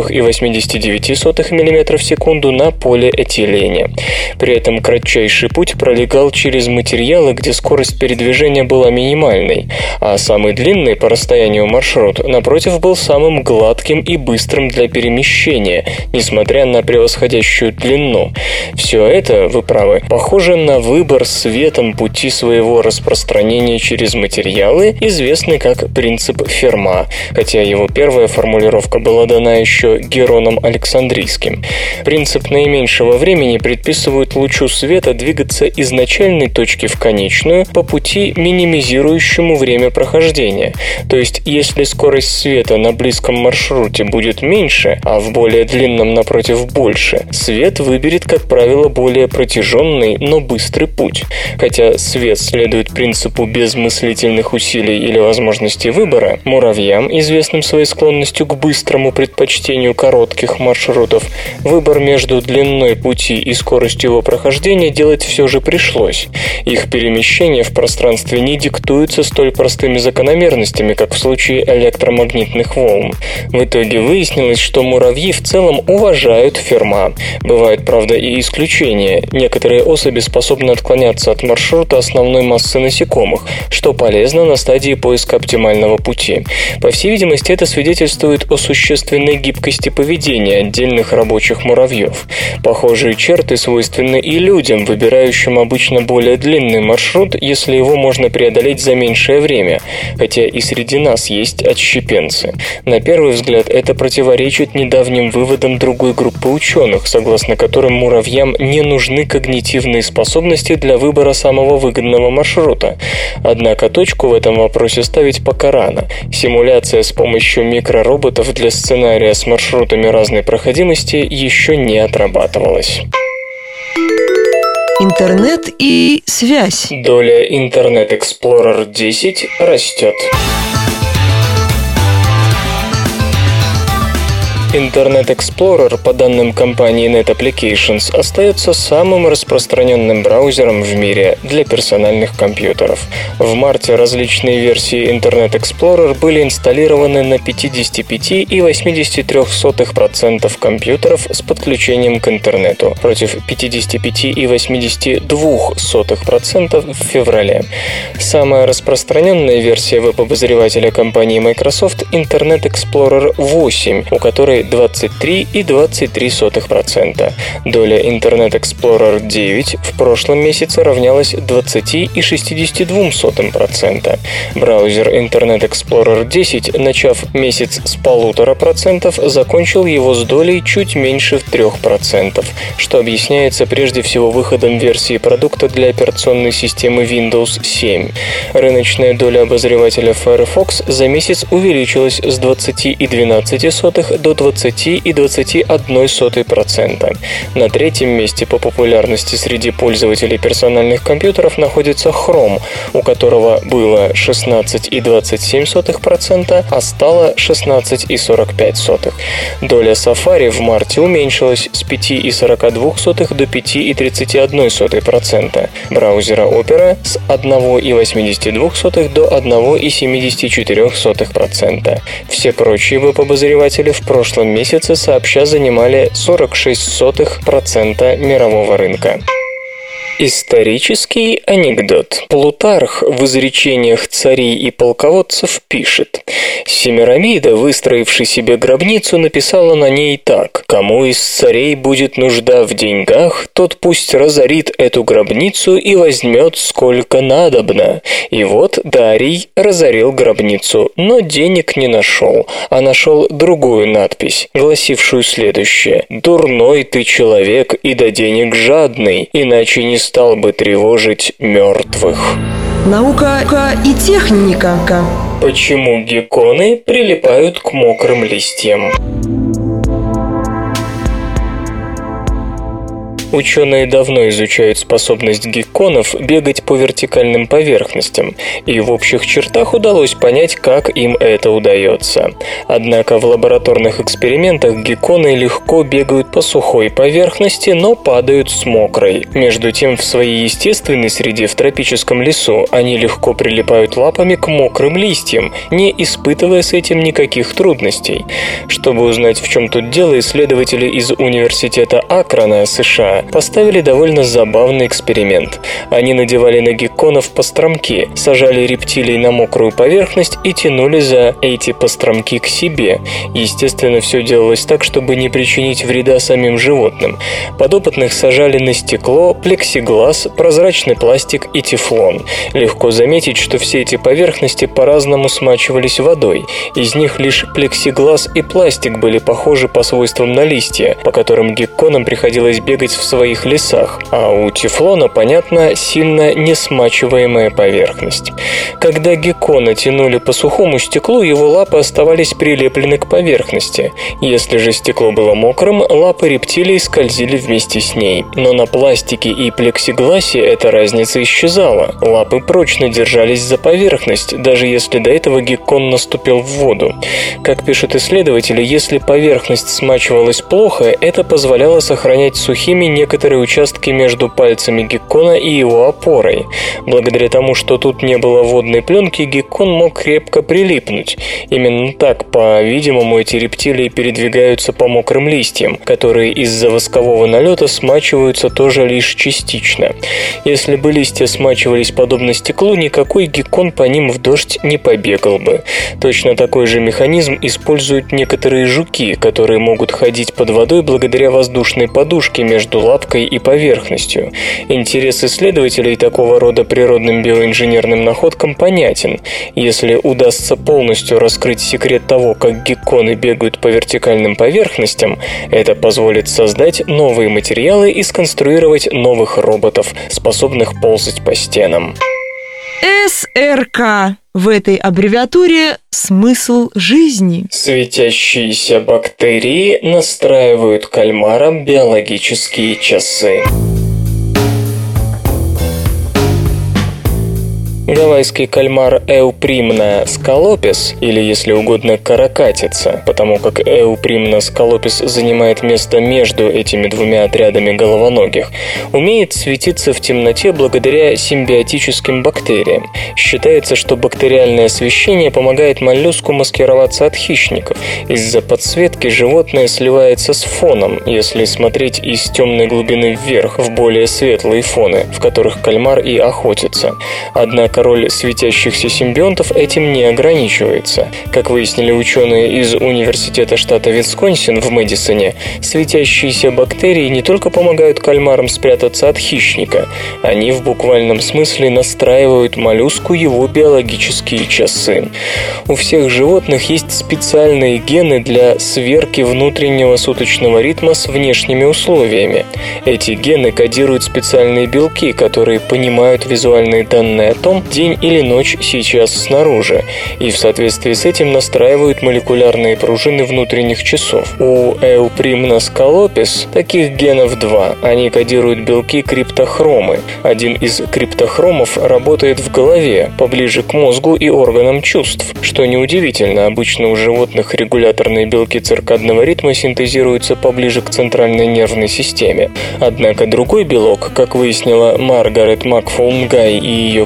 4,89 мм в секунду на полиэтилене. При этом кратчайший путь пролегал через материалы, где скорость передвижения была минимальной, а самый длинный по расстоянию маршрут, напротив, был самым гладким и быстрым для перемещения, несмотря на превосходящую длину. Все это, вы правы, похоже на выбор светом пути своего распространения через материалы, известный как принцип Ферма, хотя его первая формулировка была дана еще Героном Александрийским. Принцип наименьшего времени предписывает лучу света двигаться из начальной точки в конечную по пути, минимизирующему время прохождения. То есть, если скорость света на близком маршруте будет меньше, а в более длинном, напротив, больше, свет выберет, как правило, более протяженный, но быстрый путь. Хотя свет следует принципу без мыслительных усилий или возможности выбора, муравьям, известным своей склонностью к быстрому предпочтению коротких маршрутов, выбор между длиной пути и скоростью его прохождения делать все же пришлось. Их перемещение в пространстве не диктуется столь простыми закономерностями, как в случае электромагнитных волн. В итоге выяснилось, что муравьи в целом уважают Ферма. Бывают, правда, и исключения. Некоторые особи способны отклоняться от маршрута основной массы насекомых, что полезно на стадии поиска оптимального пути. По всей видимости, это свидетельствует о существенной гибкости поведения отдельных рабочих муравьев. Похожие черты свойственны и людям, выбирающим обычно более длинный маршрут, если его можно преодолеть за меньшее время, хотя и среди нас есть отщепенцы. На первый взгляд, это противоречит недавним выводам другой группы ученых, согласно которым муравьям не нужны когнитивные способности для выбора самого выгодного маршрута. Однако точку в этом вопросе ставить пока рано. Симуляция с помощью микророботов для сценария с маршрутами разной проходимости еще не отрабатывалась. Интернет и связь. Доля Internet Explorer 10 растет. Internet Explorer, по данным компании Net Applications, остается самым распространенным браузером в мире для персональных компьютеров. В марте различные версии Internet Explorer были инсталлированы на 55,83% компьютеров с подключением к интернету, против 55,82% в феврале. Самая распространенная версия веб-обозревателя компании Microsoft — Internet Explorer 8, у которой 23,23%. Доля Internet Explorer 9 в прошлом месяце равнялась 20,62%. Браузер Internet Explorer 10, начав месяц с 1,5%, закончил его с долей чуть меньше 3%, что объясняется прежде всего выходом версии продукта для операционной системы Windows 7. Рыночная доля обозревателя Firefox за месяц увеличилась с 20,12 до 20,21%. На третьем месте по популярности среди пользователей персональных компьютеров находится Chrome, у которого было 16,27%, а стало 16,45%. Доля Safari в марте уменьшилась с 5,42 до 5,31%. Браузера Opera с 1,82 до 1,74%. Все прочие веб-обозреватели в прошлом месяце сообща занимали 46% мирового рынка. Исторический анекдот. Плутарх в изречениях царей и полководцев пишет: Семирамида, выстроивший себе гробницу, написала на ней так: «Кому из царей будет нужда в деньгах, тот пусть разорит эту гробницу и возьмет сколько надобно». И вот Дарий разорил гробницу, но денег не нашел, а нашел другую надпись, гласившую следующее: «Дурной ты человек и до денег жадный, иначе не стал бы тревожить мертвых». Наука и техника. Почему гекконы прилипают к мокрым листьям? Ученые давно изучают способность гекконов бегать по вертикальным поверхностям, и в общих чертах удалось понять, как им это удается. Однако в лабораторных экспериментах гекконы легко бегают по сухой поверхности, но падают с мокрой. Между тем, в своей естественной среде в тропическом лесу они легко прилипают лапами к мокрым листьям, не испытывая с этим никаких трудностей. Чтобы узнать, в чем тут дело, исследователи из университета Акрона, США, поставили довольно забавный эксперимент. Они надевали на гекконов постромки, сажали рептилий на мокрую поверхность и тянули за эти постромки к себе. Естественно, все делалось так, чтобы не причинить вреда самим животным. Подопытных сажали на стекло, плексиглаз, прозрачный пластик и тефлон. Легко заметить, что все эти поверхности по-разному смачивались водой. Из них лишь плексиглаз и пластик были похожи по свойствам на листья, по которым гекконам приходилось бегать в своих лесах, а у тефлона, понятно, сильно несмачиваемая поверхность. Когда геккона тянули по сухому стеклу, его лапы оставались прилеплены к поверхности. Если же стекло было мокрым, лапы рептилий скользили вместе с ней. Но на пластике и плексигласе эта разница исчезала. Лапы прочно держались за поверхность, даже если до этого геккон наступил в воду. Как пишут исследователи, если поверхность смачивалась плохо, это позволяло сохранять сухими некоторые участки между пальцами геккона и его опорой. Благодаря тому, что тут не было водной пленки, геккон мог крепко прилипнуть. Именно так, по-видимому, эти рептилии передвигаются по мокрым листьям, которые из-за воскового налета смачиваются тоже лишь частично. Если бы листья смачивались подобно стеклу, никакой геккон по ним в дождь не побегал бы. Точно такой же механизм используют некоторые жуки, которые могут ходить под водой благодаря воздушной подушке между лапкой и поверхностью. Интерес исследователей такого рода природным биоинженерным находкам понятен. Если удастся полностью раскрыть секрет того, как гекконы бегают по вертикальным поверхностям, это позволит создать новые материалы и сконструировать новых роботов, способных ползать по стенам. СРК. В этой аббревиатуре смысл жизни. Светящиеся бактерии настраивают кальмарам биологические часы. Гавайский кальмар Эупримна скалопис, или, если угодно, каракатица, потому как Эупримна скалопис занимает место между этими двумя отрядами головоногих, умеет светиться в темноте благодаря симбиотическим бактериям. Считается, что бактериальное освещение помогает моллюску маскироваться от хищников. Из-за подсветки животное сливается с фоном, если смотреть из темной глубины вверх в более светлые фоны, в которых кальмар и охотится. Однако роль светящихся симбионтов этим не ограничивается. Как выяснили ученые из университета штата Висконсин в Мэдисоне, светящиеся бактерии не только помогают кальмарам спрятаться от хищника, они в буквальном смысле настраивают моллюску его биологические часы. У всех животных есть специальные гены для сверки внутреннего суточного ритма с внешними условиями. Эти гены кодируют специальные белки, которые понимают визуальные данные о том, день или ночь сейчас снаружи, и в соответствии с этим настраивают молекулярные пружины внутренних часов. У Эупримна скалопис таких генов два. Они кодируют белки криптохромы. Один из криптохромов работает в голове, поближе к мозгу и органам чувств. Что неудивительно, обычно у животных регуляторные белки циркадного ритма синтезируются поближе к центральной нервной системе. Однако другой белок, как выяснила Маргарет Макфолн-Гай и ее коллеги,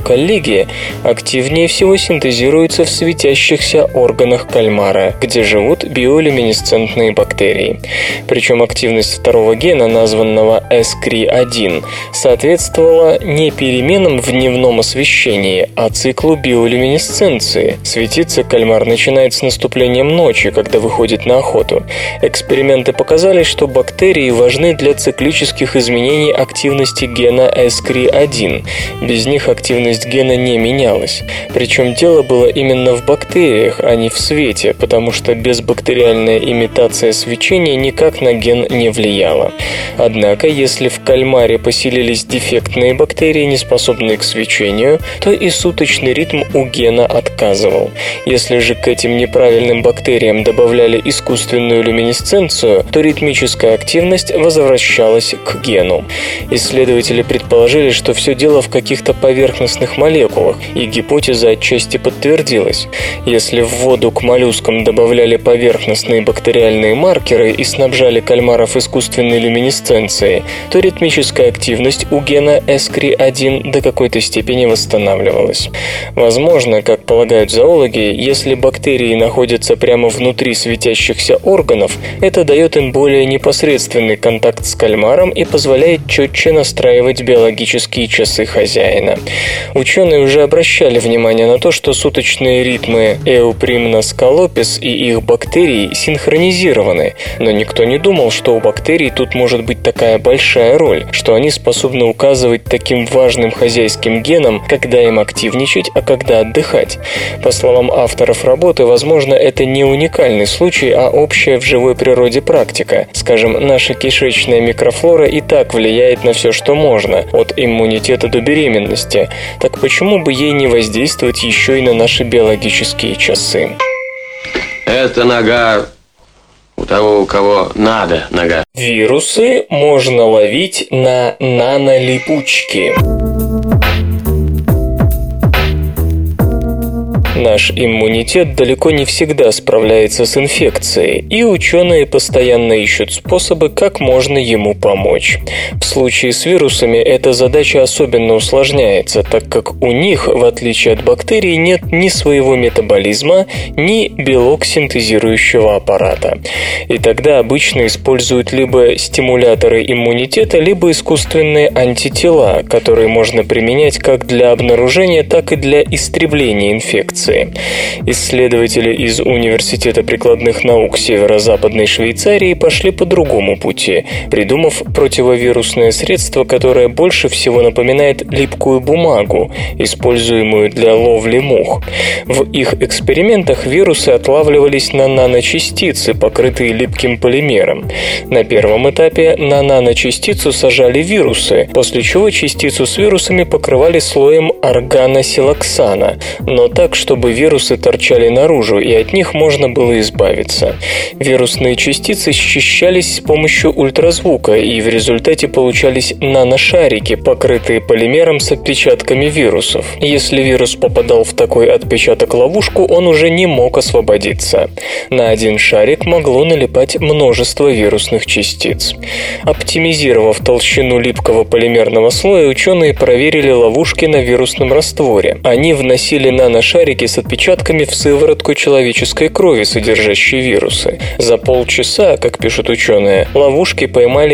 Г активнее всего синтезируется в светящихся органах кальмара, где живут биолюминесцентные бактерии. Причем активность второго гена, названного SCRI1, соответствовала не переменам в дневном освещении, а циклу биолюминесценции. Светиться кальмар начинает с наступлением ночи, когда выходит на охоту. Эксперименты показали, что бактерии важны для циклических изменений активности гена SCRI1. Без них активность гена не менялась. Причем дело было именно в бактериях, а не в свете, потому что безбактериальная имитация свечения никак на ген не влияла. Однако, если в кальмаре поселились дефектные бактерии, не способные к свечению, то и суточный ритм у гена отказывал. Если же к этим неправильным бактериям добавляли искусственную люминесценцию, то ритмическая активность возвращалась к гену. Исследователи предположили, что все дело в каких-то поверхностных молекулах, и гипотеза отчасти подтвердилась. Если в воду к моллюскам добавляли поверхностные бактериальные маркеры и снабжали кальмаров искусственной люминесценцией, то ритмическая активность у гена SCRI1 до какой-то степени восстанавливалась. Возможно, как полагают зоологи, если бактерии находятся прямо внутри светящихся органов, это дает им более непосредственный контакт с кальмаром и позволяет четче настраивать биологические часы хозяина. Ученые уже обращали внимание на то, что суточные ритмы Euprimna scalopis и их бактерий синхронизированы, но никто не думал, что у бактерий тут может быть такая большая роль, что они способны указывать таким важным хозяйским генам, когда им активничать, а когда отдыхать. По словам авторов работы, возможно, это не уникальный случай, а общая в живой природе практика. Скажем, наша кишечная микрофлора и так влияет на все, что можно, от иммунитета до беременности. Так почему бы ей не воздействовать еще и на наши биологические часы? Это нога у того, у кого надо нога. Вирусы можно ловить на нанолипучки. Наш иммунитет далеко не всегда справляется с инфекцией, и ученые постоянно ищут способы, как можно ему помочь. В случае с вирусами эта задача особенно усложняется, так как у них, в отличие от бактерий, нет ни своего метаболизма, ни белок-синтезирующего аппарата. И тогда обычно используют либо стимуляторы иммунитета, либо искусственные антитела, которые можно применять как для обнаружения, так и для истребления инфекции. Исследователи из Университета прикладных наук Северо-Западной Швейцарии пошли по другому пути, придумав противовирусное средство, которое больше всего напоминает липкую бумагу, используемую для ловли мух. В их экспериментах вирусы отлавливались на наночастицы, покрытые липким полимером. На первом этапе на наночастицу сажали вирусы, после чего частицу с вирусами покрывали слоем органосилоксана, но так, чтобы вирусы торчали наружу, и от них можно было избавиться. Вирусные частицы счищались с помощью ультразвука, и в результате получались наношарики, покрытые полимером с отпечатками вирусов. Если вирус попадал в такой отпечаток-ловушку, он уже не мог освободиться. На один шарик могло налипать множество вирусных частиц. Оптимизировав толщину липкого полимерного слоя, ученые проверили ловушки на вирусном растворе. Они вносили наношарики с отпечатками в сыворотку человеческой крови, содержащей вирусы. За полчаса, как пишут ученые, ловушки поймали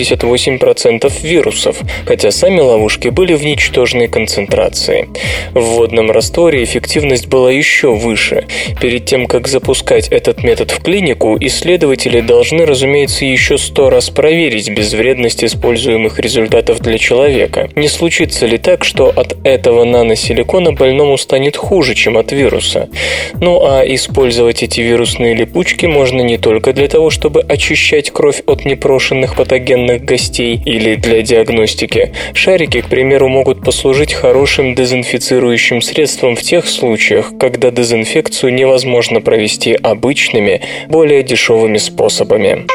88% вирусов, хотя сами ловушки были в ничтожной концентрации. В водном растворе эффективность была еще выше. Перед тем, как запускать этот метод в клинику, исследователи должны, разумеется, еще 100 раз проверить безвредность используемых результатов для человека. Не случится ли так, что от этого наносиликона больному станет хуже, чем от вируса? Ну а использовать эти вирусные липучки можно не только для того, чтобы очищать кровь от непрошенных патогенных гостей или для диагностики. Шарики, к примеру, могут послужить хорошим дезинфицирующим средством в тех случаях, когда дезинфекцию невозможно провести обычными, более дешевыми способами.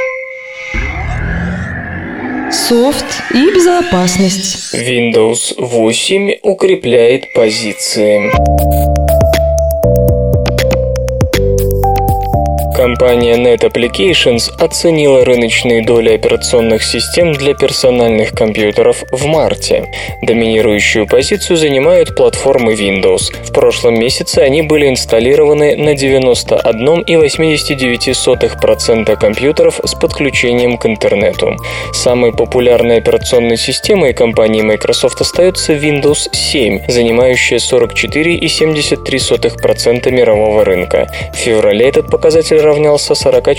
Софт и безопасность. Windows 8 укрепляет позиции. Компания Net Applications оценила рыночные доли операционных систем для персональных компьютеров в марте. Доминирующую позицию занимают платформы Windows. В прошлом месяце они были инсталлированы на 91,89% компьютеров с подключением к интернету. Самой популярной операционной системой компании Microsoft остается Windows 7, занимающая 44,73% мирового рынка. В феврале этот показатель равнялся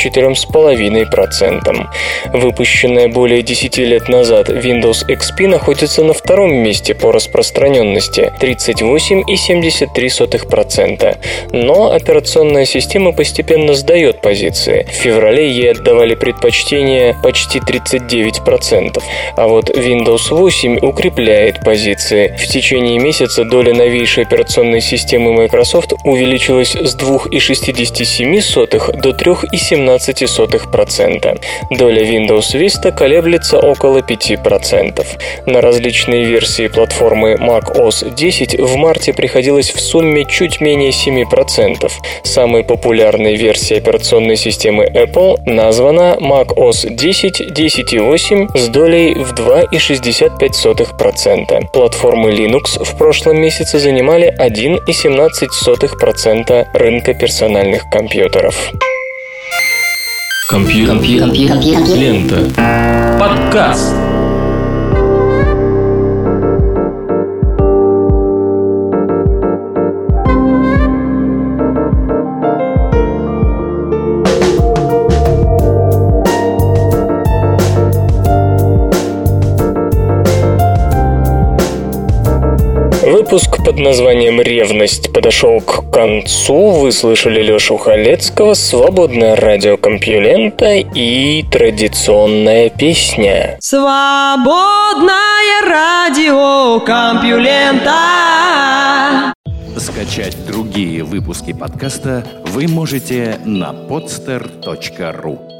44,5%. Выпущенная более 10 лет назад Windows XP находится на втором месте по распространенности – 38,73%. Но операционная система постепенно сдает позиции. В феврале ей отдавали предпочтение почти 39%. А вот Windows 8 укрепляет позиции. В течение месяца доля новейшей операционной системы Microsoft увеличилась с 2,67 до 3,17%. Доля Windows Vista колеблется около 5%. На различные версии платформы Mac OS 10 в марте приходилось в сумме чуть менее 7%. Самой популярной версией операционной системы Apple названа Mac OS 10 10.8 с долей в 2,65%. Платформы Linux в прошлом месяце занимали 1,17% рынка персональных компьютеров. Лента. Подкаст. Выпуск под названием «Ревность» подошел к концу. Вы слышали Лешу Халецкого, свободное радио Компьюлента и традиционная песня. Свободное радио Компьюлента. Скачать другие выпуски подкаста вы можете на podster.ru.